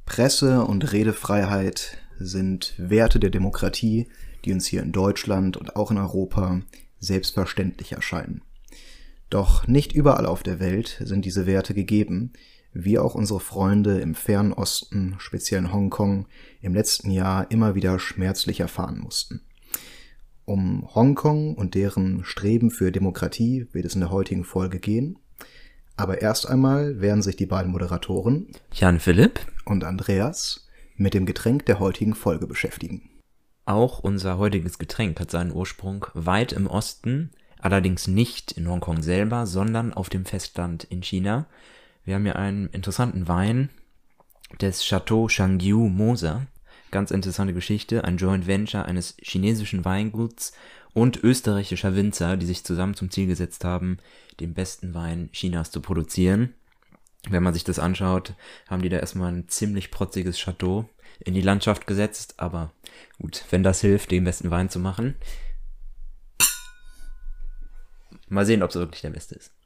Presse- und Redefreiheit sind Werte der Demokratie, die uns hier in Deutschland und auch in Europa selbstverständlich erscheinen. Doch nicht überall auf der Welt sind diese Werte gegeben, wie auch unsere Freunde im Fernen Osten, speziell in Hongkong, im letzten Jahr immer wieder schmerzlich erfahren mussten. Um Hongkong und deren Streben für Demokratie wird es in der heutigen Folge gehen. Aber erst einmal werden sich die beiden Moderatoren Jan Philipp und Andreas mit dem Getränk der heutigen Folge beschäftigen. Auch unser heutiges Getränk hat seinen Ursprung weit im Osten, allerdings nicht in Hongkong selber, sondern auf dem Festland in China. Wir haben hier einen interessanten Wein des Chateau Shangyu Moser. Ganz interessante Geschichte, ein Joint Venture eines chinesischen Weinguts und österreichischer Winzer, die sich zusammen zum Ziel gesetzt haben, den besten Wein Chinas zu produzieren. Wenn man sich das anschaut, haben die da erstmal ein ziemlich protziges Chateau in die Landschaft gesetzt, aber gut, wenn das hilft, den besten Wein zu machen. Mal sehen, ob es wirklich der beste ist.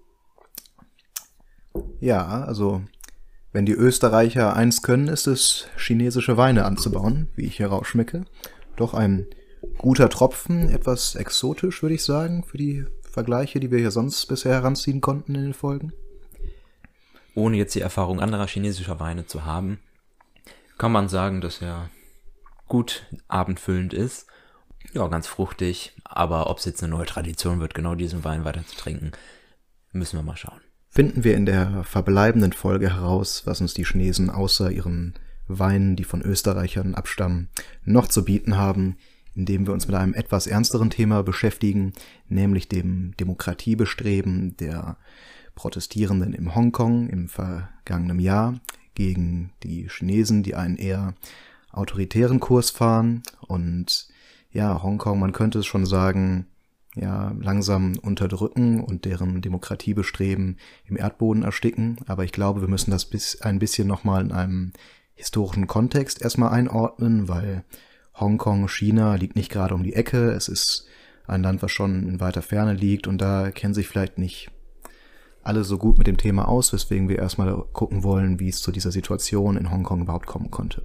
Ja, also wenn die Österreicher eins können, ist es, chinesische Weine anzubauen, wie ich herausschmecke. Doch ein guter Tropfen, etwas exotisch, würde ich sagen, für die Vergleiche, die wir hier sonst bisher heranziehen konnten in den Folgen. Ohne jetzt die Erfahrung anderer chinesischer Weine zu haben, kann man sagen, dass er gut abendfüllend ist. Ja, ganz fruchtig, aber ob es jetzt eine neue Tradition wird, genau diesen Wein weiter zu trinken, müssen wir mal schauen. Finden wir in der verbleibenden Folge heraus, was uns die Chinesen außer ihren Weinen, die von Österreichern abstammen, noch zu bieten haben, indem wir uns mit einem etwas ernsteren Thema beschäftigen, nämlich dem Demokratiebestreben der Protestierenden in Hongkong im vergangenen Jahr gegen die Chinesen, die einen eher autoritären Kurs fahren und ja, Hongkong, man könnte es schon sagen, ja, langsam unterdrücken und deren Demokratiebestreben im Erdboden ersticken. Aber ich glaube, wir müssen das ein bisschen nochmal in einem historischen Kontext erstmal einordnen, weil Hongkong, China liegt nicht gerade um die Ecke. Es ist ein Land, was schon in weiter Ferne liegt und da kennen sich vielleicht nicht alle so gut mit dem Thema aus, weswegen wir erstmal gucken wollen, wie es zu dieser Situation in Hongkong überhaupt kommen konnte.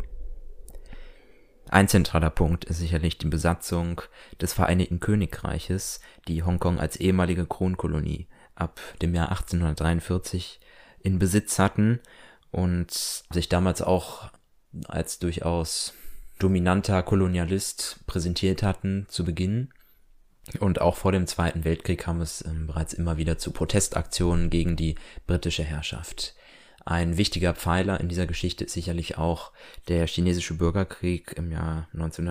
Ein zentraler Punkt ist sicherlich die Besatzung des Vereinigten Königreiches, die Hongkong als ehemalige Kronkolonie ab dem Jahr 1843 in Besitz hatten und sich damals auch als durchaus dominanter Kolonialist präsentiert hatten zu Beginn. Und auch vor dem Zweiten Weltkrieg kam es bereits immer wieder zu Protestaktionen gegen die britische Herrschaft. Ein wichtiger Pfeiler in dieser Geschichte ist sicherlich auch der chinesische Bürgerkrieg im Jahr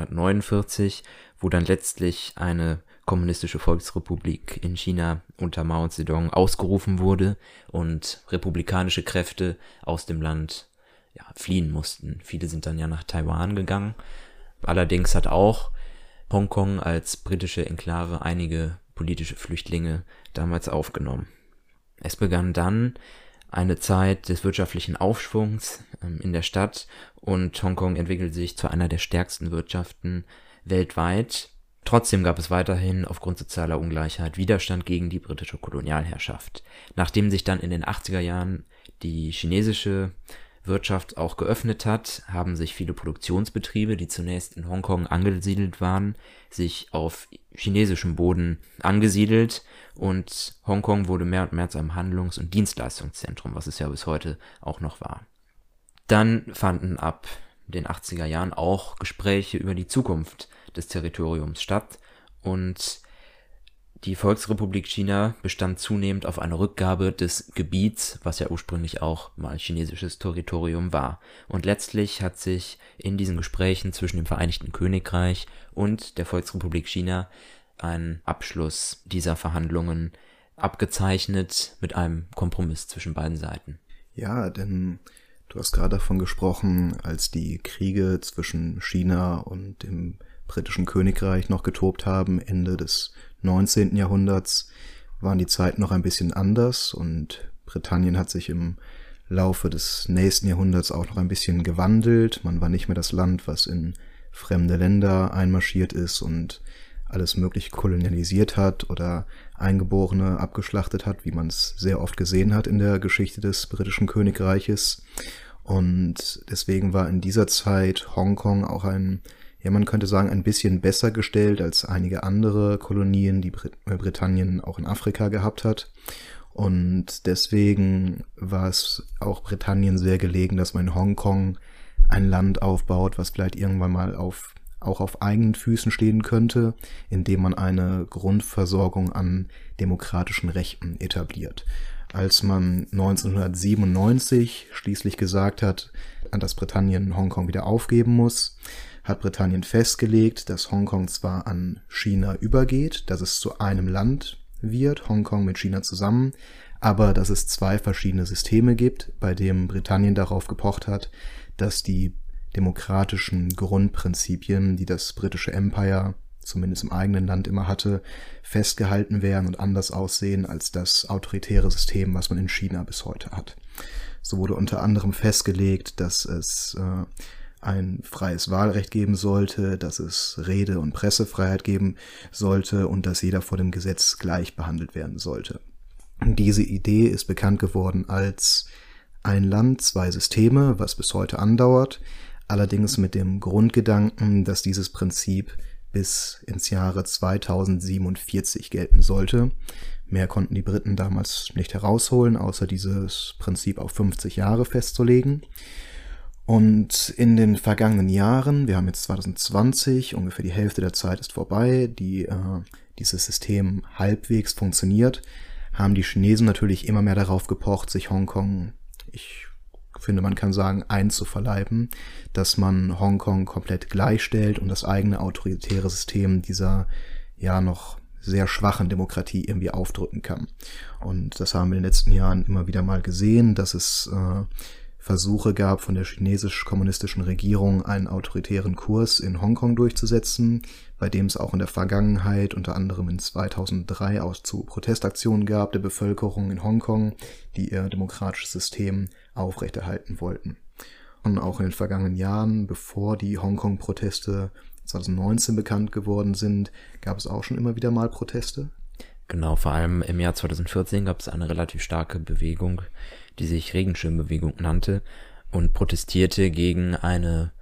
1949, wo dann letztlich eine kommunistische Volksrepublik in China unter Mao Zedong ausgerufen wurde und republikanische Kräfte aus dem Land fliehen mussten. Viele sind dann ja nach Taiwan gegangen. Allerdings hat auch Hongkong als britische Enklave einige politische Flüchtlinge damals aufgenommen. Es begann dann eine Zeit des wirtschaftlichen Aufschwungs in der Stadt und Hongkong entwickelte sich zu einer der stärksten Wirtschaften weltweit. Trotzdem gab es weiterhin aufgrund sozialer Ungleichheit Widerstand gegen die britische Kolonialherrschaft. Nachdem sich dann in den 80er Jahren die chinesische Wirtschaft auch geöffnet hat, haben sich viele Produktionsbetriebe, die zunächst in Hongkong angesiedelt waren, sich auf chinesischem Boden angesiedelt und Hongkong wurde mehr und mehr zu einem Handlungs- und Dienstleistungszentrum, was es ja bis heute auch noch war. Dann fanden ab den 80er Jahren auch Gespräche über die Zukunft des Territoriums statt und die Volksrepublik China bestand zunehmend auf einer Rückgabe des Gebiets, was ja ursprünglich auch mal chinesisches Territorium war. Und letztlich hat sich in diesen Gesprächen zwischen dem Vereinigten Königreich und der Volksrepublik China ein Abschluss dieser Verhandlungen abgezeichnet mit einem Kompromiss zwischen beiden Seiten. Ja, denn du hast gerade davon gesprochen, als die Kriege zwischen China und dem britischen Königreich noch getobt haben, Ende des 19. Jahrhunderts, waren die Zeiten noch ein bisschen anders und Britannien hat sich im Laufe des nächsten Jahrhunderts auch noch ein bisschen gewandelt. Man war nicht mehr das Land, was in fremde Länder einmarschiert ist und alles mögliche kolonialisiert hat oder Eingeborene abgeschlachtet hat, wie man es sehr oft gesehen hat in der Geschichte des britischen Königreiches. Und deswegen war in dieser Zeit Hongkong auch man könnte sagen, ein bisschen besser gestellt als einige andere Kolonien, die Britannien auch in Afrika gehabt hat. Und deswegen war es auch Britannien sehr gelegen, dass man in Hongkong ein Land aufbaut, was vielleicht irgendwann mal auch auf eigenen Füßen stehen könnte, indem man eine Grundversorgung an demokratischen Rechten etabliert. Als man 1997 schließlich gesagt hat, dass Britannien Hongkong wieder aufgeben muss, hat Britannien festgelegt, dass Hongkong zwar an China übergeht, dass es zu einem Land wird, Hongkong mit China zusammen, aber dass es zwei verschiedene Systeme gibt, bei dem Britannien darauf gepocht hat, dass die demokratischen Grundprinzipien, die das britische Empire zumindest im eigenen Land immer hatte, festgehalten werden und anders aussehen als das autoritäre System, was man in China bis heute hat. So wurde unter anderem festgelegt, dass es ein freies Wahlrecht geben sollte, dass es Rede- und Pressefreiheit geben sollte und dass jeder vor dem Gesetz gleich behandelt werden sollte. Diese Idee ist bekannt geworden als ein Land, zwei Systeme, was bis heute andauert, allerdings mit dem Grundgedanken, dass dieses Prinzip bis ins Jahre 2047 gelten sollte. Mehr konnten die Briten damals nicht herausholen, außer dieses Prinzip auf 50 Jahre festzulegen. Und in den vergangenen Jahren, wir haben jetzt 2020, ungefähr die Hälfte der Zeit ist vorbei, dieses System halbwegs funktioniert, haben die Chinesen natürlich immer mehr darauf gepocht, sich Hongkong, ich finde, man kann sagen, einzuverleiben, dass man Hongkong komplett gleichstellt und das eigene autoritäre System dieser noch sehr schwachen Demokratie irgendwie aufdrücken kann. Und das haben wir in den letzten Jahren immer wieder mal gesehen, dass es Versuche gab, von der chinesisch-kommunistischen Regierung einen autoritären Kurs in Hongkong durchzusetzen, bei dem es auch in der Vergangenheit, unter anderem in 2003, auch zu Protestaktionen gab der Bevölkerung in Hongkong, die ihr demokratisches System aufrechterhalten wollten. Und auch in den vergangenen Jahren, bevor die Hongkong-Proteste 2019 bekannt geworden sind, gab es auch schon immer wieder mal Proteste. Genau, vor allem im Jahr 2014 gab es eine relativ starke Bewegung, die sich Regenschirmbewegung nannte und protestierte gegen einen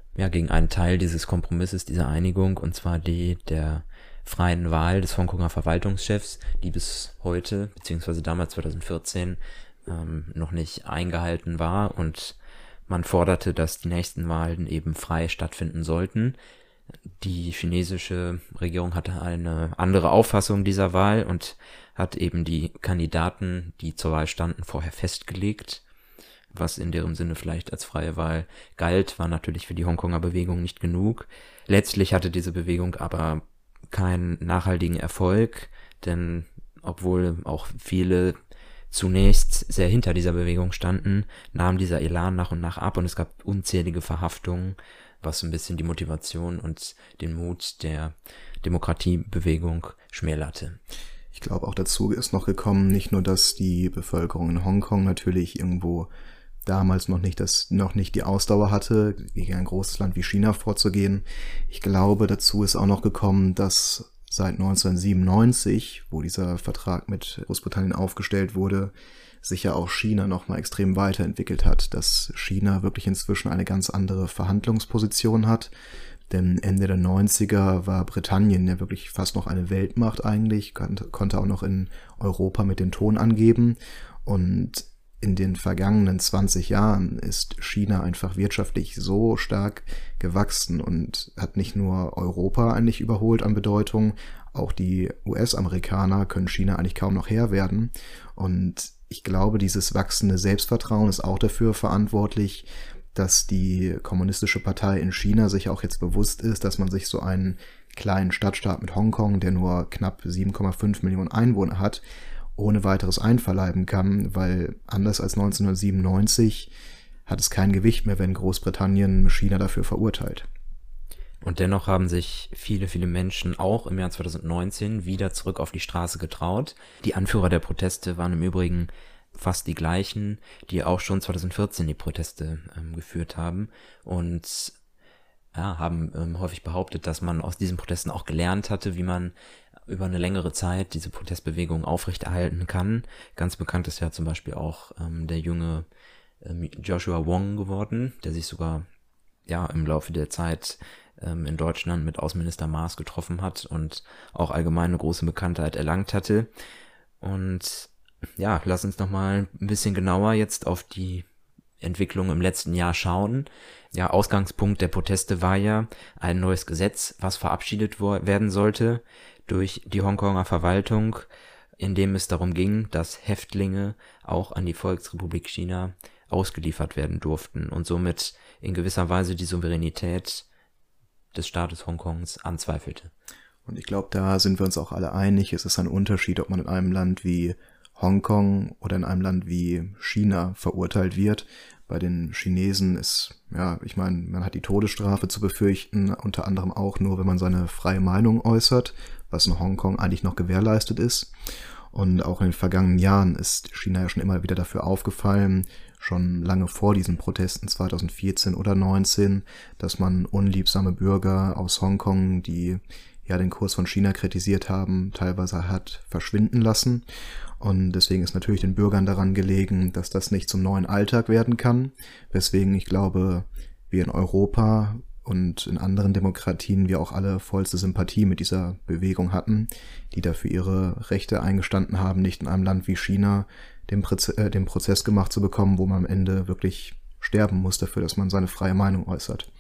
Teil dieses Kompromisses, dieser Einigung, und zwar die der freien Wahl des Hongkonger Verwaltungschefs, die bis heute, beziehungsweise damals 2014, noch nicht eingehalten war, und man forderte, dass die nächsten Wahlen eben frei stattfinden sollten. Die chinesische Regierung hatte eine andere Auffassung dieser Wahl und hat eben die Kandidaten, die zur Wahl standen, vorher festgelegt. Was in deren Sinne vielleicht als freie Wahl galt, war natürlich für die Hongkonger Bewegung nicht genug. Letztlich hatte diese Bewegung aber keinen nachhaltigen Erfolg, denn obwohl auch viele zunächst sehr hinter dieser Bewegung standen, nahm dieser Elan nach und nach ab und es gab unzählige Verhaftungen, was ein bisschen die Motivation und den Mut der Demokratiebewegung schmälerte. Ich glaube, auch dazu ist noch gekommen, nicht nur, dass die Bevölkerung in Hongkong natürlich irgendwo damals noch nicht die Ausdauer hatte, gegen ein großes Land wie China vorzugehen. Ich glaube, dazu ist auch noch gekommen, dass seit 1997, wo dieser Vertrag mit Großbritannien aufgestellt wurde, sich ja auch China nochmal extrem weiterentwickelt hat, dass China wirklich inzwischen eine ganz andere Verhandlungsposition hat. Denn Ende der 90er war Britannien ja wirklich fast noch eine Weltmacht eigentlich, konnte auch noch in Europa mit den Ton angeben. Und in den vergangenen 20 Jahren ist China einfach wirtschaftlich so stark gewachsen und hat nicht nur Europa eigentlich überholt an Bedeutung, auch die US-Amerikaner können China eigentlich kaum noch Herr werden. Und ich glaube, dieses wachsende Selbstvertrauen ist auch dafür verantwortlich, dass die Kommunistische Partei in China sich auch jetzt bewusst ist, dass man sich so einen kleinen Stadtstaat mit Hongkong, der nur knapp 7,5 Millionen Einwohner hat, ohne weiteres einverleiben kann, weil anders als 1997 hat es kein Gewicht mehr, wenn Großbritannien China dafür verurteilt. Und dennoch haben sich viele, viele Menschen auch im Jahr 2019 wieder zurück auf die Straße getraut. Die Anführer der Proteste waren im Übrigen fast die gleichen, die auch schon 2014 die Proteste geführt haben und haben häufig behauptet, dass man aus diesen Protesten auch gelernt hatte, wie man über eine längere Zeit diese Protestbewegung aufrechterhalten kann. Ganz bekannt ist ja zum Beispiel auch der junge Joshua Wong geworden, der sich sogar im Laufe der Zeit in Deutschland mit Außenminister Maas getroffen hat und auch allgemein eine große Bekanntheit erlangt hatte. Und ja, lass uns nochmal ein bisschen genauer jetzt auf die Entwicklung im letzten Jahr schauen. Ja, Ausgangspunkt der Proteste war ja ein neues Gesetz, was verabschiedet werden sollte durch die Hongkonger Verwaltung, in dem es darum ging, dass Häftlinge auch an die Volksrepublik China ausgeliefert werden durften und somit in gewisser Weise die Souveränität des Staates Hongkongs anzweifelte. Und ich glaube, da sind wir uns auch alle einig. Es ist ein Unterschied, ob man in einem Land wie Hongkong oder in einem Land wie China verurteilt wird. Bei den Chinesen ist, ich meine, man hat die Todesstrafe zu befürchten, unter anderem auch nur, wenn man seine freie Meinung äußert, was in Hongkong eigentlich noch gewährleistet ist. Und auch in den vergangenen Jahren ist China ja schon immer wieder dafür aufgefallen, schon lange vor diesen Protesten 2014 oder 2019, dass man unliebsame Bürger aus Hongkong, die den Kurs von China kritisiert haben, teilweise hat verschwinden lassen. Und deswegen ist natürlich den Bürgern daran gelegen, dass das nicht zum neuen Alltag werden kann. Weswegen ich glaube, wir in Europa und in anderen Demokratien wir auch alle vollste Sympathie mit dieser Bewegung hatten, die dafür ihre Rechte eingestanden haben, nicht in einem Land wie China den Prozess gemacht zu bekommen, wo man am Ende wirklich sterben muss dafür, dass man seine freie Meinung äußert.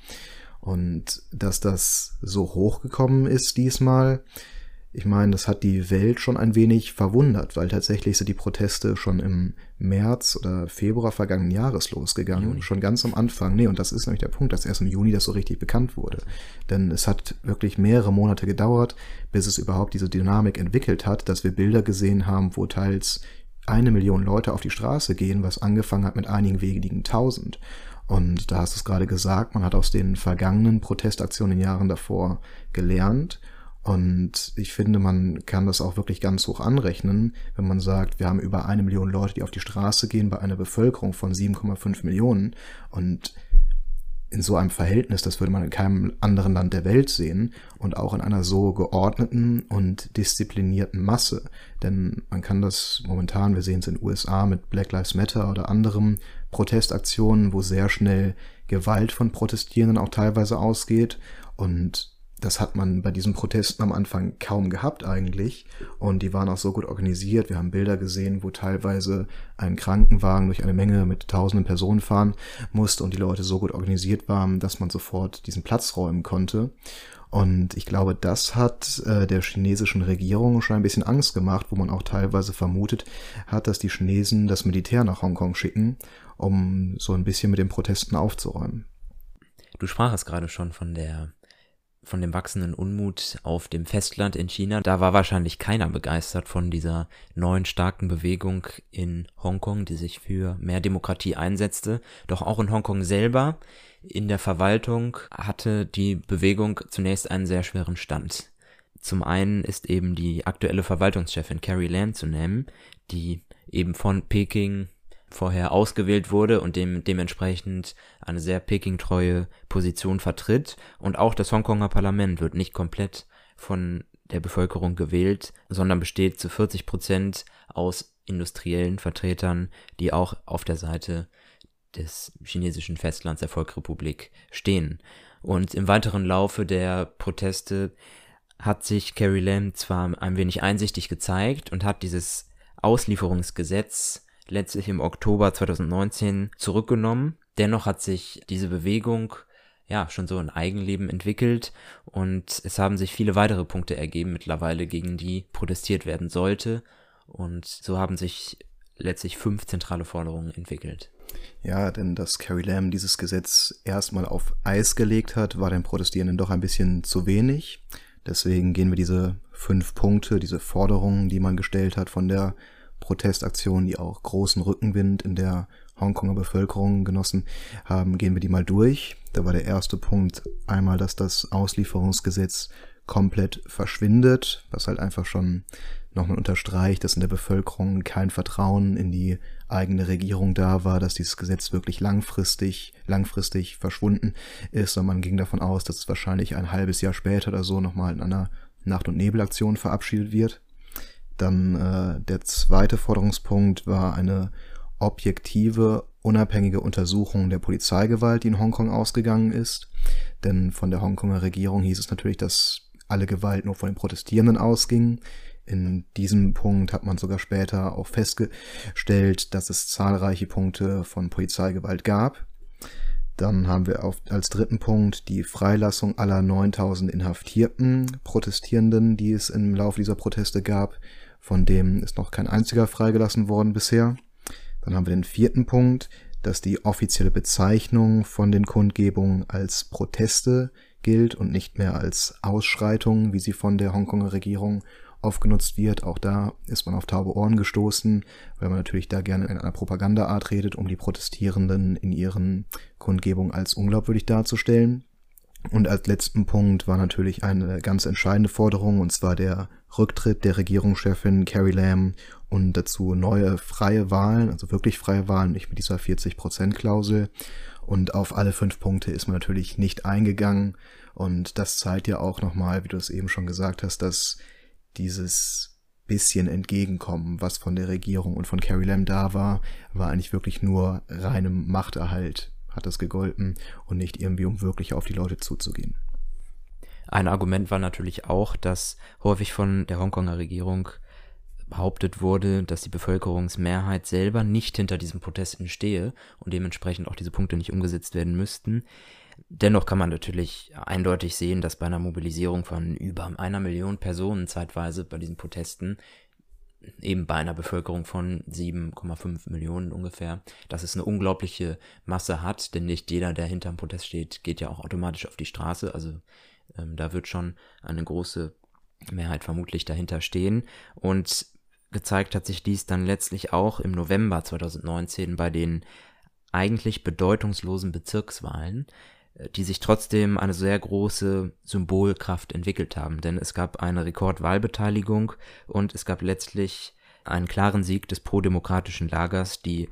Und dass das so hochgekommen ist diesmal, ich meine, das hat die Welt schon ein wenig verwundert, weil tatsächlich sind die Proteste schon im März oder Februar vergangenen Jahres losgegangen, schon ganz am Anfang. Und das ist nämlich der Punkt, dass erst im Juni das so richtig bekannt wurde. Denn es hat wirklich mehrere Monate gedauert, bis es überhaupt diese Dynamik entwickelt hat, dass wir Bilder gesehen haben, wo teils 1 Million Leute auf die Straße gehen, was angefangen hat mit einigen wenigen 1000. Und da hast du es gerade gesagt, man hat aus den vergangenen Protestaktionen in den Jahren davor gelernt. Und ich finde, man kann das auch wirklich ganz hoch anrechnen, wenn man sagt, wir haben über 1 Million Leute, die auf die Straße gehen bei einer Bevölkerung von 7,5 Millionen. Und in so einem Verhältnis, das würde man in keinem anderen Land der Welt sehen und auch in einer so geordneten und disziplinierten Masse. Denn man kann das momentan, wir sehen es in den USA mit Black Lives Matter oder anderen Protestaktionen, wo sehr schnell Gewalt von Protestierenden auch teilweise ausgeht, und das hat man bei diesen Protesten am Anfang kaum gehabt eigentlich, und die waren auch so gut organisiert. Wir haben Bilder gesehen, wo teilweise ein Krankenwagen durch eine Menge mit tausenden Personen fahren musste und die Leute so gut organisiert waren, dass man sofort diesen Platz räumen konnte. Und ich glaube, das hat der chinesischen Regierung schon ein bisschen Angst gemacht, wo man auch teilweise vermutet hat, dass die Chinesen das Militär nach Hongkong schicken, um so ein bisschen mit den Protesten aufzuräumen. Du sprachst gerade schon von dem wachsenden Unmut auf dem Festland in China. Da war wahrscheinlich keiner begeistert von dieser neuen starken Bewegung in Hongkong, die sich für mehr Demokratie einsetzte. Doch auch in Hongkong selber, in der Verwaltung, hatte die Bewegung zunächst einen sehr schweren Stand. Zum einen ist eben die aktuelle Verwaltungschefin Carrie Lam zu nennen, die eben von Peking vorher ausgewählt wurde und dementsprechend eine sehr Peking-treue Position vertritt. Und auch das Hongkonger Parlament wird nicht komplett von der Bevölkerung gewählt, sondern besteht zu 40% aus industriellen Vertretern, die auch auf der Seite des chinesischen Festlands der Volksrepublik stehen. Und im weiteren Laufe der Proteste hat sich Carrie Lam zwar ein wenig einsichtig gezeigt und hat dieses Auslieferungsgesetz letztlich im Oktober 2019 zurückgenommen. Dennoch hat sich diese Bewegung schon so ein Eigenleben entwickelt und es haben sich viele weitere Punkte ergeben mittlerweile, gegen die protestiert werden sollte, und so haben sich letztlich 5 zentrale Forderungen entwickelt. Ja, denn dass Carrie Lam dieses Gesetz erstmal auf Eis gelegt hat, war den Protestierenden doch ein bisschen zu wenig. Deswegen gehen wir diese 5 Punkte, diese Forderungen, die man gestellt hat von der Protestaktionen, die auch großen Rückenwind in der Hongkonger Bevölkerung genossen haben, gehen wir die mal durch. Da war der erste Punkt einmal, dass das Auslieferungsgesetz komplett verschwindet, was halt einfach schon nochmal unterstreicht, dass in der Bevölkerung kein Vertrauen in die eigene Regierung da war, dass dieses Gesetz wirklich langfristig verschwunden ist, und man ging davon aus, dass es wahrscheinlich ein halbes Jahr später oder so nochmal in einer Nacht- und Nebelaktion verabschiedet wird. Dann der zweite Forderungspunkt war eine objektive, unabhängige Untersuchung der Polizeigewalt, die in Hongkong ausgegangen ist. Denn von der Hongkonger Regierung hieß es natürlich, dass alle Gewalt nur von den Protestierenden ausging. In diesem Punkt hat man sogar später auch festgestellt, dass es zahlreiche Punkte von Polizeigewalt gab. Dann haben wir als dritten Punkt die Freilassung aller 9000 inhaftierten Protestierenden, die es im Laufe dieser Proteste gab. Von dem ist noch kein einziger freigelassen worden bisher. Dann haben wir den vierten Punkt, dass die offizielle Bezeichnung von den Kundgebungen als Proteste gilt und nicht mehr als Ausschreitungen, wie sie von der Hongkonger Regierung oft genutzt wird. Auch da ist man auf taube Ohren gestoßen, weil man natürlich da gerne in einer Propagandaart redet, um die Protestierenden in ihren Kundgebungen als unglaubwürdig darzustellen. Und als letzten Punkt war natürlich eine ganz entscheidende Forderung, und zwar der Rücktritt der Regierungschefin Carrie Lam und dazu neue freie Wahlen, also wirklich freie Wahlen, nicht mit dieser 40%-Klausel. Und auf alle 5 Punkte ist man natürlich nicht eingegangen. Und das zeigt ja auch nochmal, wie du es eben schon gesagt hast, dass dieses bisschen Entgegenkommen, was von der Regierung und von Carrie Lam da war eigentlich wirklich nur reinem Machterhalt, hat es gegolten, und nicht irgendwie, um wirklich auf die Leute zuzugehen. Ein Argument war natürlich auch, dass häufig von der Hongkonger Regierung behauptet wurde, dass die Bevölkerungsmehrheit selber nicht hinter diesen Protesten stehe und dementsprechend auch diese Punkte nicht umgesetzt werden müssten. Dennoch kann man natürlich eindeutig sehen, dass bei einer Mobilisierung von über 1 Million Personen zeitweise bei diesen Protesten, eben bei einer Bevölkerung von 7,5 Millionen ungefähr, dass es eine unglaubliche Masse hat, denn nicht jeder, der hinterm Protest steht, geht ja auch automatisch auf die Straße, also da wird schon eine große Mehrheit vermutlich dahinter stehen. Und gezeigt hat sich dies dann letztlich auch im November 2019 bei den eigentlich bedeutungslosen Bezirkswahlen, die sich trotzdem eine sehr große Symbolkraft entwickelt haben, denn es gab eine Rekordwahlbeteiligung und es gab letztlich einen klaren Sieg des prodemokratischen Lagers, die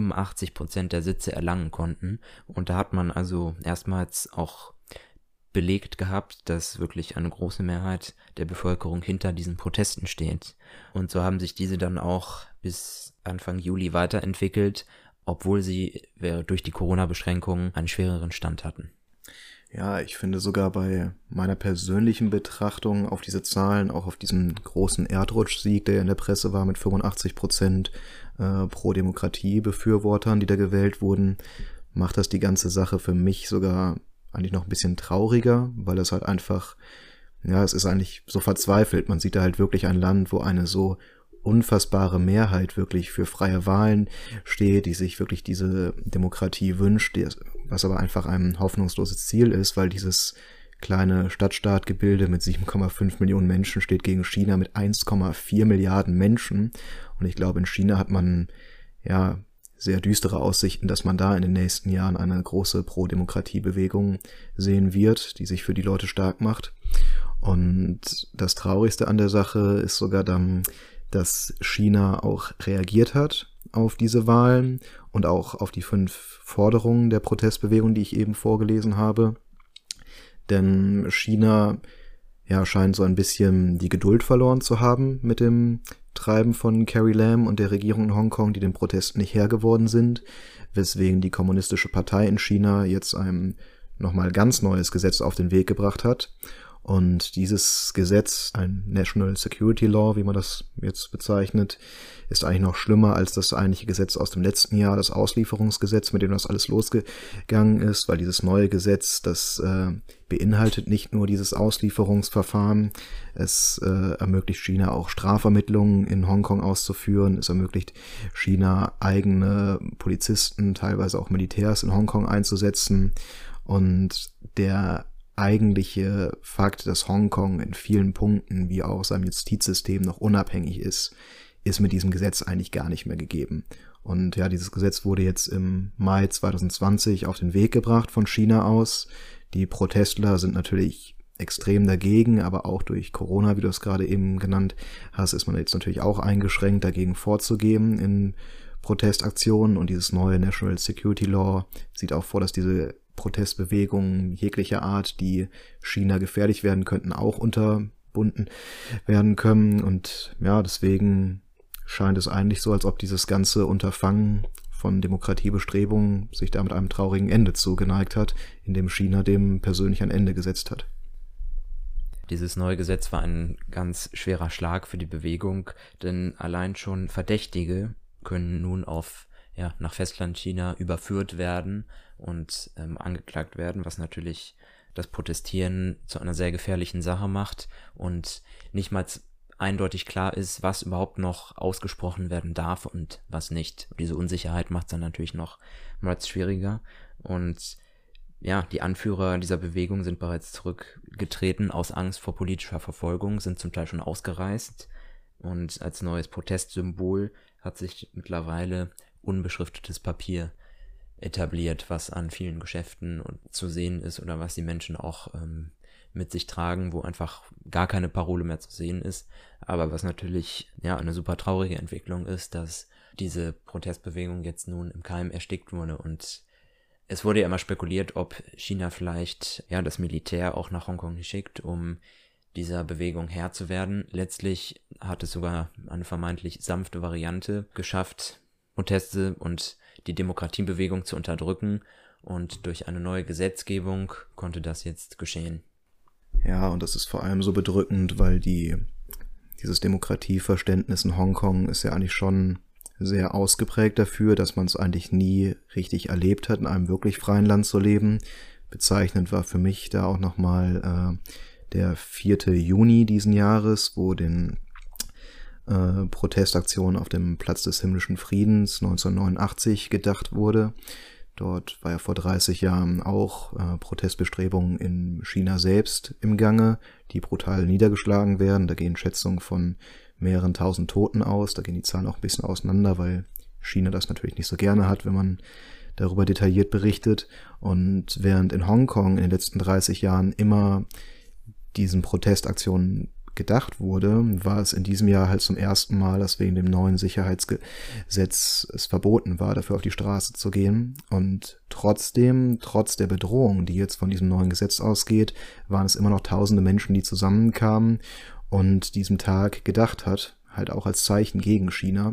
85% der Sitze erlangen konnten, und da hat man also erstmals auch belegt gehabt, dass wirklich eine große Mehrheit der Bevölkerung hinter diesen Protesten steht. Und so haben sich diese dann auch bis Anfang Juli weiterentwickelt, obwohl sie durch die Corona-Beschränkungen einen schwereren Stand hatten. Ja, ich finde sogar bei meiner persönlichen Betrachtung auf diese Zahlen, auch auf diesen großen Erdrutschsieg, der in der Presse war, mit 85% Pro-Demokratie-Befürwortern, die da gewählt wurden, macht das die ganze Sache für mich sogar eigentlich noch ein bisschen trauriger, weil das halt einfach, ja, es ist eigentlich so verzweifelt. Man sieht da halt wirklich ein Land, wo eine so unfassbare Mehrheit wirklich für freie Wahlen steht, die sich wirklich diese Demokratie wünscht, was aber einfach ein hoffnungsloses Ziel ist, weil dieses kleine Stadtstaatgebilde mit 7,5 Millionen Menschen steht gegen China mit 1,4 Milliarden Menschen. Und ich glaube, in China hat man ja sehr düstere Aussichten, dass man da in den nächsten Jahren eine große Pro-Demokratie-Bewegung sehen wird, die sich für die Leute stark macht. Und das Traurigste an der Sache ist sogar dann, dass China auch reagiert hat auf diese Wahlen und auch auf die 5 Forderungen der Protestbewegung, die ich eben vorgelesen habe. Denn China scheint so ein bisschen die Geduld verloren zu haben mit dem Treiben von Carrie Lam und der Regierung in Hongkong, die den Protesten nicht Herr geworden sind, weswegen die Kommunistische Partei in China jetzt ein nochmal ganz neues Gesetz auf den Weg gebracht hat. Und dieses Gesetz, ein National Security Law, wie man das jetzt bezeichnet, ist eigentlich noch schlimmer als das eigentliche Gesetz aus dem letzten Jahr, das Auslieferungsgesetz, mit dem das alles losgegangen ist, weil dieses neue Gesetz, das beinhaltet nicht nur dieses Auslieferungsverfahren, es ermöglicht China auch Strafvermittlungen in Hongkong auszuführen, es ermöglicht China eigene Polizisten, teilweise auch Militärs in Hongkong einzusetzen, und der eigentliche Fakt, dass Hongkong in vielen Punkten wie auch seinem Justizsystem noch unabhängig ist mit diesem Gesetz eigentlich gar nicht mehr gegeben. Und ja, dieses Gesetz wurde jetzt im Mai 2020 auf den Weg gebracht von China aus. Die Protestler sind natürlich extrem dagegen, aber auch durch Corona, wie du es gerade eben genannt hast, ist man jetzt natürlich auch eingeschränkt, dagegen vorzugehen in Protestaktionen. Und dieses neue National Security Law sieht auch vor, dass diese Protestbewegungen jeglicher Art, die China gefährlich werden könnten, auch unterbunden werden können. Und ja, deswegen scheint es eigentlich so, als ob dieses ganze Unterfangen von Demokratiebestrebungen sich da mit einem traurigen Ende zugeneigt hat, indem China dem persönlich ein Ende gesetzt hat. Dieses neue Gesetz war ein ganz schwerer Schlag für die Bewegung, denn allein schon Verdächtige können nun nach Festlandchina überführt werden und angeklagt werden, was natürlich das Protestieren zu einer sehr gefährlichen Sache macht und nicht mal eindeutig klar ist, was überhaupt noch ausgesprochen werden darf und was nicht. Diese Unsicherheit macht es dann natürlich noch mal schwieriger und ja, die Anführer dieser Bewegung sind bereits zurückgetreten aus Angst vor politischer Verfolgung, sind zum Teil schon ausgereist und als neues Protestsymbol hat sich mittlerweile unbeschriftetes Papier etabliert, was an vielen Geschäften zu sehen ist oder was die Menschen auch mit sich tragen, wo einfach gar keine Parole mehr zu sehen ist, aber was natürlich eine super traurige Entwicklung ist, dass diese Protestbewegung jetzt nun im Keim erstickt wurde und es wurde ja immer spekuliert, ob China vielleicht das Militär auch nach Hongkong schickt, um dieser Bewegung Herr zu werden. Letztlich hat es sogar eine vermeintlich sanfte Variante geschafft, Proteste und die Demokratiebewegung zu unterdrücken und durch eine neue Gesetzgebung konnte das jetzt geschehen. Ja, und das ist vor allem so bedrückend, weil dieses Demokratieverständnis in Hongkong ist ja eigentlich schon sehr ausgeprägt dafür, dass man es eigentlich nie richtig erlebt hat, in einem wirklich freien Land zu leben. Bezeichnend war für mich da auch nochmal der 4. Juni diesen Jahres, wo den Protestaktionen auf dem Platz des himmlischen Friedens 1989 gedacht wurde. Dort war ja vor 30 Jahren auch Protestbestrebungen in China selbst im Gange, die brutal niedergeschlagen werden. Da gehen Schätzungen von mehreren tausend Toten aus. Da gehen die Zahlen auch ein bisschen auseinander, weil China das natürlich nicht so gerne hat, wenn man darüber detailliert berichtet. Und während in Hongkong in den letzten 30 Jahren immer diesen Protestaktionen gedacht wurde, war es in diesem Jahr halt zum ersten Mal, dass wegen dem neuen Sicherheitsgesetz es verboten war, dafür auf die Straße zu gehen. Und trotzdem, trotz der Bedrohung, die jetzt von diesem neuen Gesetz ausgeht, waren es immer noch tausende Menschen, die zusammenkamen und diesem Tag gedacht hat, halt auch als Zeichen gegen China.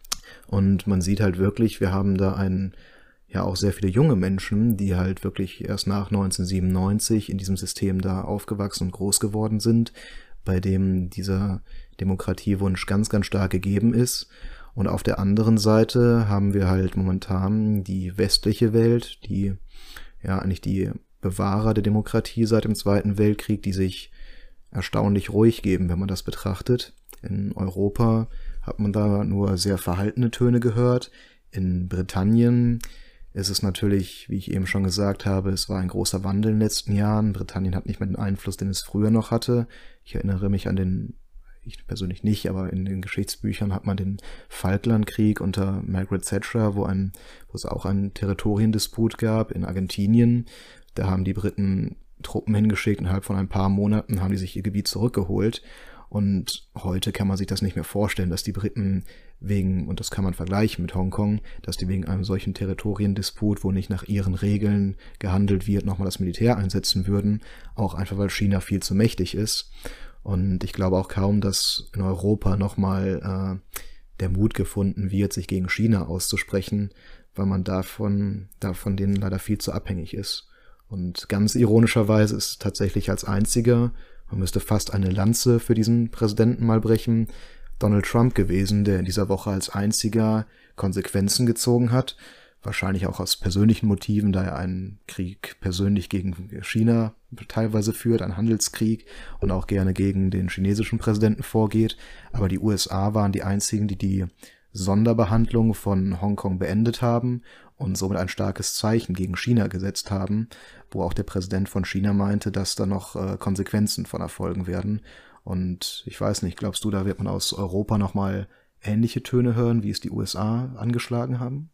Und man sieht halt wirklich, wir haben da auch sehr viele junge Menschen, die halt wirklich erst nach 1997 in diesem System da aufgewachsen und groß geworden sind, bei dem dieser Demokratiewunsch ganz, ganz stark gegeben ist. Und auf der anderen Seite haben wir halt momentan die westliche Welt, die eigentlich die Bewahrer der Demokratie seit dem Zweiten Weltkrieg, die sich erstaunlich ruhig geben, wenn man das betrachtet. In Europa hat man da nur sehr verhaltene Töne gehört. In Britannien ist es natürlich, wie ich eben schon gesagt habe, es war ein großer Wandel in den letzten Jahren. Britannien hat nicht mehr den Einfluss, den es früher noch hatte. Ich erinnere mich an ich persönlich nicht, aber in den Geschichtsbüchern hat man den Falklandkrieg unter Margaret Thatcher, wo es auch einen Territoriendisput gab in Argentinien. Da haben die Briten Truppen hingeschickt, innerhalb von ein paar Monaten haben die sich ihr Gebiet zurückgeholt. Und heute kann man sich das nicht mehr vorstellen, dass die Briten und das kann man vergleichen mit Hongkong, dass die wegen einem solchen Territoriendisput, wo nicht nach ihren Regeln gehandelt wird, nochmal das Militär einsetzen würden, auch einfach weil China viel zu mächtig ist. Und ich glaube auch kaum, dass in Europa nochmal der Mut gefunden wird, sich gegen China auszusprechen, weil man davon denen leider viel zu abhängig ist. Und ganz ironischerweise ist es tatsächlich als einziger, man müsste fast eine Lanze für diesen Präsidenten mal brechen, Donald Trump gewesen, der in dieser Woche als einziger Konsequenzen gezogen hat. Wahrscheinlich auch aus persönlichen Motiven, da er einen Krieg persönlich gegen China teilweise führt, einen Handelskrieg und auch gerne gegen den chinesischen Präsidenten vorgeht. Aber die USA waren die einzigen, die die Sonderbehandlung von Hongkong beendet haben und somit ein starkes Zeichen gegen China gesetzt haben, wo auch der Präsident von China meinte, dass da noch Konsequenzen von erfolgen werden. Und ich weiß nicht, glaubst du, da wird man aus Europa nochmal ähnliche Töne hören, wie es die USA angeschlagen haben?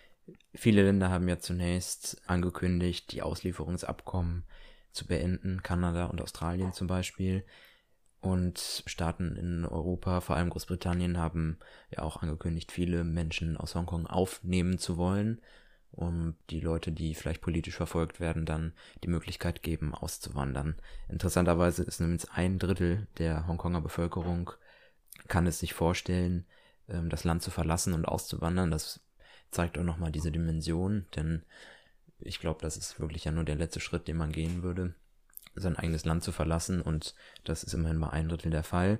Viele Länder haben ja zunächst angekündigt, die Auslieferungsabkommen zu beenden, Kanada und Australien zum Beispiel. Und Staaten in Europa, vor allem Großbritannien, haben ja auch angekündigt, viele Menschen aus Hongkong aufnehmen zu wollen, um die Leute, die vielleicht politisch verfolgt werden, dann die Möglichkeit geben, auszuwandern. Interessanterweise ist nämlich 1/3 der Hongkonger Bevölkerung kann es sich vorstellen, das Land zu verlassen und auszuwandern. Das zeigt auch nochmal diese Dimension, denn ich glaube, das ist wirklich ja nur der letzte Schritt, den man gehen würde, sein eigenes Land zu verlassen, und das ist immerhin bei 1/3 der Fall.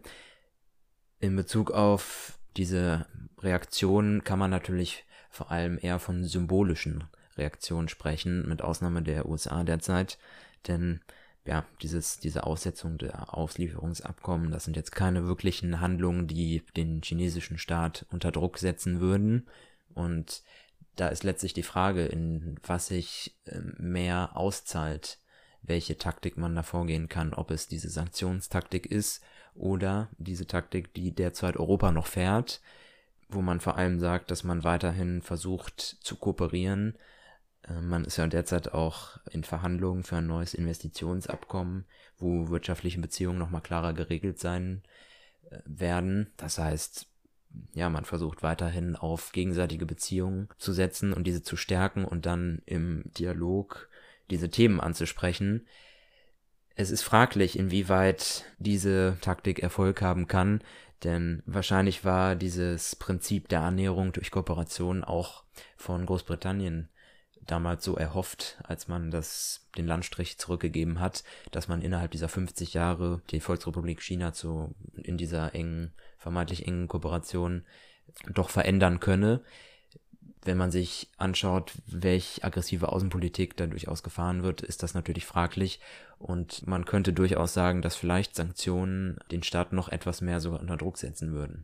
In Bezug auf diese Reaktionen kann man natürlich vor allem eher von symbolischen Reaktionen sprechen, mit Ausnahme der USA derzeit, denn ja, diese Aussetzung der Auslieferungsabkommen, das sind jetzt keine wirklichen Handlungen, die den chinesischen Staat unter Druck setzen würden, und da ist letztlich die Frage, in was sich mehr auszahlt, welche Taktik man da vorgehen kann, ob es diese Sanktionstaktik ist oder diese Taktik, die derzeit Europa noch fährt, wo man vor allem sagt, dass man weiterhin versucht zu kooperieren. Man ist ja derzeit auch in Verhandlungen für ein neues Investitionsabkommen, wo wirtschaftliche Beziehungen nochmal klarer geregelt sein werden. Das heißt, ja, man versucht weiterhin auf gegenseitige Beziehungen zu setzen und diese zu stärken und dann im Dialog diese Themen anzusprechen. Es ist fraglich, inwieweit diese Taktik Erfolg haben kann, denn wahrscheinlich war dieses Prinzip der Annäherung durch Kooperation auch von Großbritannien damals so erhofft, als man den Landstrich zurückgegeben hat, dass man innerhalb dieser 50 Jahre die Volksrepublik China in dieser vermeintlich engen Kooperation doch verändern könne. Wenn man sich anschaut, welche aggressive Außenpolitik da durchaus gefahren wird, ist das natürlich fraglich, und man könnte durchaus sagen, dass vielleicht Sanktionen den Staat noch etwas mehr sogar unter Druck setzen würden.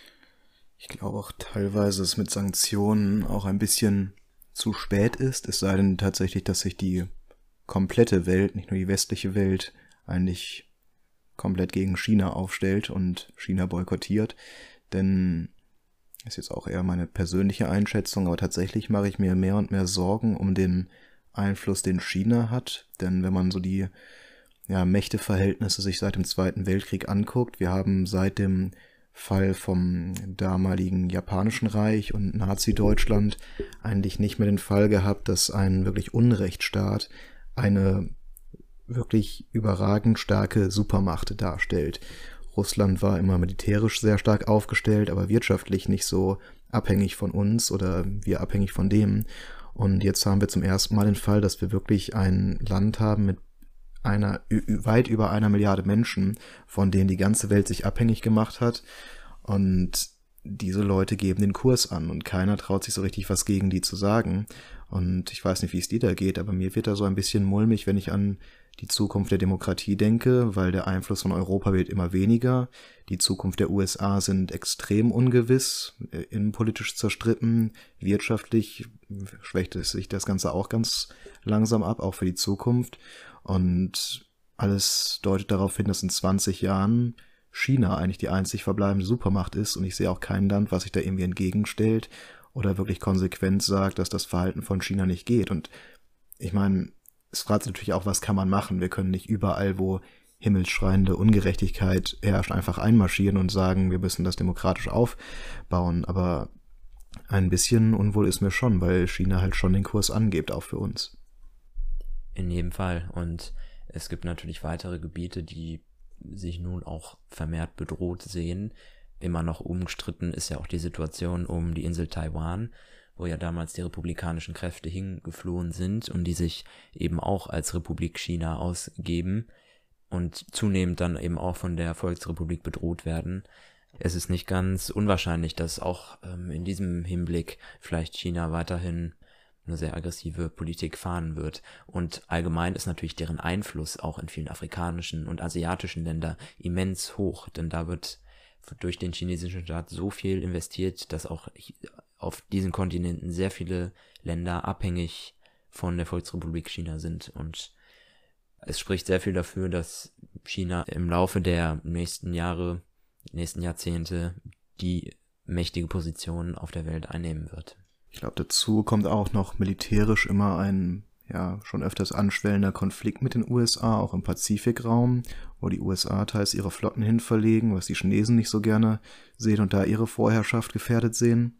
Ich glaube auch teilweise, dass mit Sanktionen auch ein bisschen zu spät ist, es sei denn tatsächlich, dass sich die komplette Welt, nicht nur die westliche Welt, eigentlich komplett gegen China aufstellt und China boykottiert, denn ist jetzt auch eher meine persönliche Einschätzung, aber tatsächlich mache ich mir mehr und mehr Sorgen um den Einfluss, den China hat, denn wenn man so die Mächteverhältnisse sich seit dem Zweiten Weltkrieg anguckt, wir haben seit dem Fall vom damaligen Japanischen Reich und Nazi-Deutschland eigentlich nicht mehr den Fall gehabt, dass ein wirklich Unrechtsstaat eine wirklich überragend starke Supermacht darstellt. Russland war immer militärisch sehr stark aufgestellt, aber wirtschaftlich nicht so abhängig von uns oder wir abhängig von dem. Und jetzt haben wir zum ersten Mal den Fall, dass wir wirklich ein Land haben mit weit über 1 Milliarde Menschen, von denen die ganze Welt sich abhängig gemacht hat. Und diese Leute geben den Kurs an und keiner traut sich so richtig was gegen die zu sagen. Und ich weiß nicht, wie es dir da geht, aber mir wird da so ein bisschen mulmig, wenn ich an die Zukunft der Demokratie denke, weil der Einfluss von Europa wird immer weniger. Die Zukunft der USA sind extrem ungewiss, innenpolitisch zerstritten, wirtschaftlich schwächt sich das Ganze auch ganz langsam ab, auch für die Zukunft. Und alles deutet darauf hin, dass in 20 Jahren China eigentlich die einzig verbleibende Supermacht ist, und ich sehe auch kein Land, was sich da irgendwie entgegenstellt oder wirklich konsequent sagt, dass das Verhalten von China nicht geht. Und ich meine, es fragt sich natürlich auch, was kann man machen? Wir können nicht überall, wo himmelschreiende Ungerechtigkeit herrscht, einfach einmarschieren und sagen, wir müssen das demokratisch aufbauen. Aber ein bisschen unwohl ist mir schon, weil China halt schon den Kurs angibt, auch für uns. In jedem Fall. Und es gibt natürlich weitere Gebiete, die sich nun auch vermehrt bedroht sehen. Immer noch umstritten ist ja auch die Situation um die Insel Taiwan, wo ja damals die republikanischen Kräfte hingeflohen sind und die sich eben auch als Republik China ausgeben und zunehmend dann eben auch von der Volksrepublik bedroht werden. Es ist nicht ganz unwahrscheinlich, dass auch in diesem Hinblick vielleicht China weiterhin eine sehr aggressive Politik fahren wird. Und allgemein ist natürlich deren Einfluss auch in vielen afrikanischen und asiatischen Ländern immens hoch, denn da wird durch den chinesischen Staat so viel investiert, dass auch auf diesen Kontinenten sehr viele Länder abhängig von der Volksrepublik China sind. Und es spricht sehr viel dafür, dass China im Laufe der nächsten Jahrzehnte die mächtige Position auf der Welt einnehmen wird. Ich glaube, dazu kommt auch noch militärisch immer ein schon öfters anschwellender Konflikt mit den USA, auch im Pazifikraum, wo die USA teils ihre Flotten hin verlegen, was die Chinesen nicht so gerne sehen und da ihre Vorherrschaft gefährdet sehen.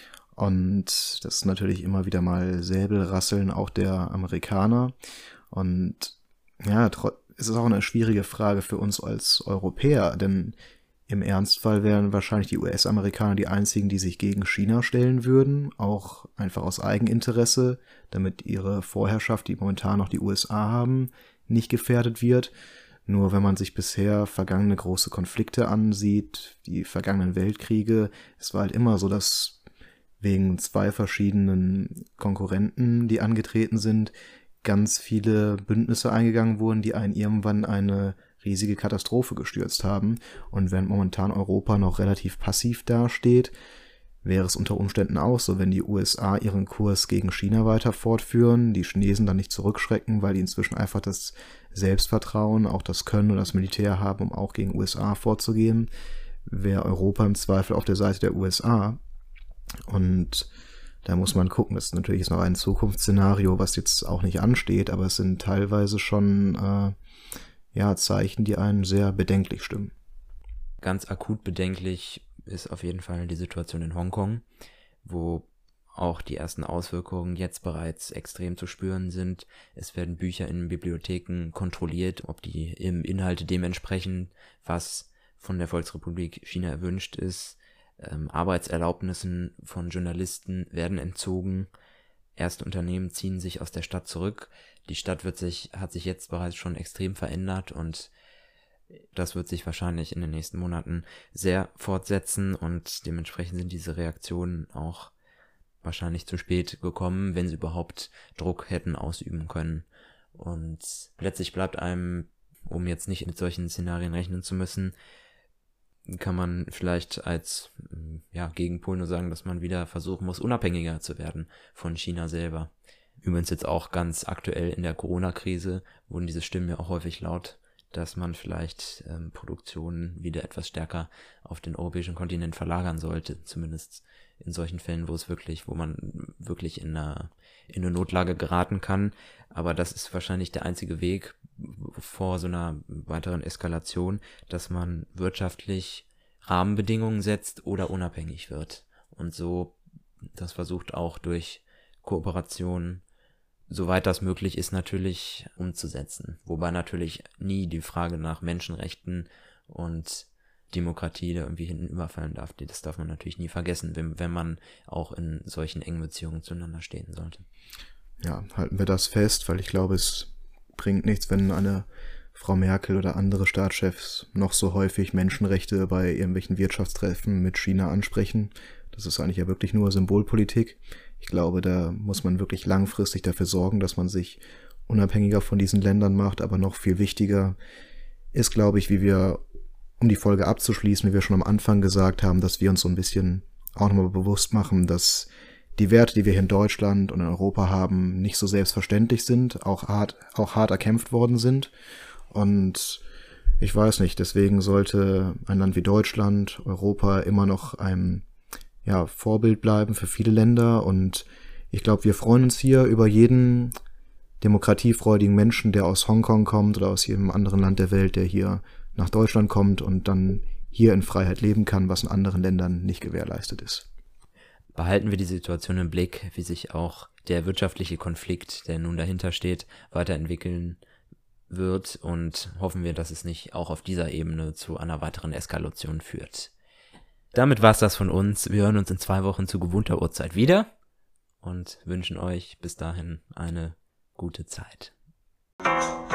Und das ist natürlich immer wieder mal Säbelrasseln auch der Amerikaner. Und ja, es ist auch eine schwierige Frage für uns als Europäer, denn Im Ernstfall wären wahrscheinlich die US-Amerikaner die einzigen, die sich gegen China stellen würden, auch einfach aus Eigeninteresse, damit ihre Vorherrschaft, die momentan noch die USA haben, nicht gefährdet wird. Nur wenn man sich bisher vergangene große Konflikte ansieht, die vergangenen Weltkriege, es war halt immer so, dass wegen 2 verschiedenen Konkurrenten, die angetreten sind, ganz viele Bündnisse eingegangen wurden, die einen irgendwann eine riesige Katastrophe gestürzt haben. Und während momentan Europa noch relativ passiv dasteht, wäre es unter Umständen auch so, wenn die USA ihren Kurs gegen China weiter fortführen, die Chinesen dann nicht zurückschrecken, weil die inzwischen einfach das Selbstvertrauen, auch das Können und das Militär haben, um auch gegen USA vorzugehen, wäre Europa im Zweifel auf der Seite der USA. Und da muss man gucken, das ist natürlich noch ein Zukunftsszenario, was jetzt auch nicht ansteht, aber es sind teilweise schon Zeichen, die einen sehr bedenklich stimmen. Ganz akut bedenklich ist auf jeden Fall die Situation in Hongkong, wo auch die ersten Auswirkungen jetzt bereits extrem zu spüren sind. Es werden Bücher in Bibliotheken kontrolliert, ob die Inhalte dementsprechend, was von der Volksrepublik China erwünscht ist. Arbeitserlaubnissen von Journalisten werden entzogen. Erste Unternehmen ziehen sich aus der Stadt zurück. Die Stadt hat sich jetzt bereits schon extrem verändert und das wird sich wahrscheinlich in den nächsten Monaten sehr fortsetzen und dementsprechend sind diese Reaktionen auch wahrscheinlich zu spät gekommen, wenn sie überhaupt Druck hätten ausüben können. Und letztlich bleibt einem, um jetzt nicht mit solchen Szenarien rechnen zu müssen, kann man vielleicht als Gegenpol nur sagen, dass man wieder versuchen muss, unabhängiger zu werden von China selber. Übrigens jetzt auch ganz aktuell in der Corona-Krise wurden diese Stimmen ja auch häufig laut, dass man vielleicht Produktionen wieder etwas stärker auf den europäischen Kontinent verlagern sollte, zumindest in solchen Fällen, wo man wirklich in eine Notlage geraten kann. Aber das ist wahrscheinlich der einzige Weg vor so einer weiteren Eskalation, dass man wirtschaftlich Rahmenbedingungen setzt oder unabhängig wird. Und so das versucht auch durch Kooperation, soweit das möglich ist, natürlich umzusetzen. Wobei natürlich nie die Frage nach Menschenrechten und Demokratie da irgendwie hinten überfallen darf. Das darf man natürlich nie vergessen, wenn man auch in solchen engen Beziehungen zueinander stehen sollte. Ja, halten wir das fest, weil ich glaube, es bringt nichts, wenn eine Frau Merkel oder andere Staatschefs noch so häufig Menschenrechte bei irgendwelchen Wirtschaftstreffen mit China ansprechen. Das ist eigentlich ja wirklich nur Symbolpolitik. Ich glaube, da muss man wirklich langfristig dafür sorgen, dass man sich unabhängiger von diesen Ländern macht. Aber noch viel wichtiger ist, glaube ich, um die Folge abzuschließen, wie wir schon am Anfang gesagt haben, dass wir uns so ein bisschen auch nochmal bewusst machen, dass die Werte, die wir hier in Deutschland und in Europa haben, nicht so selbstverständlich sind, auch hart erkämpft worden sind. Und ich weiß nicht, deswegen sollte ein Land wie Deutschland, Europa immer noch ein Vorbild bleiben für viele Länder. Und ich glaube, wir freuen uns hier über jeden demokratiefreudigen Menschen, der aus Hongkong kommt oder aus jedem anderen Land der Welt, der hier nach Deutschland kommt und dann hier in Freiheit leben kann, was in anderen Ländern nicht gewährleistet ist. Behalten wir die Situation im Blick, wie sich auch der wirtschaftliche Konflikt, der nun dahinter steht, weiterentwickeln wird und hoffen wir, dass es nicht auch auf dieser Ebene zu einer weiteren Eskalation führt. Damit war's das von uns. Wir hören uns in 2 Wochen zu gewohnter Uhrzeit wieder und wünschen euch bis dahin eine gute Zeit.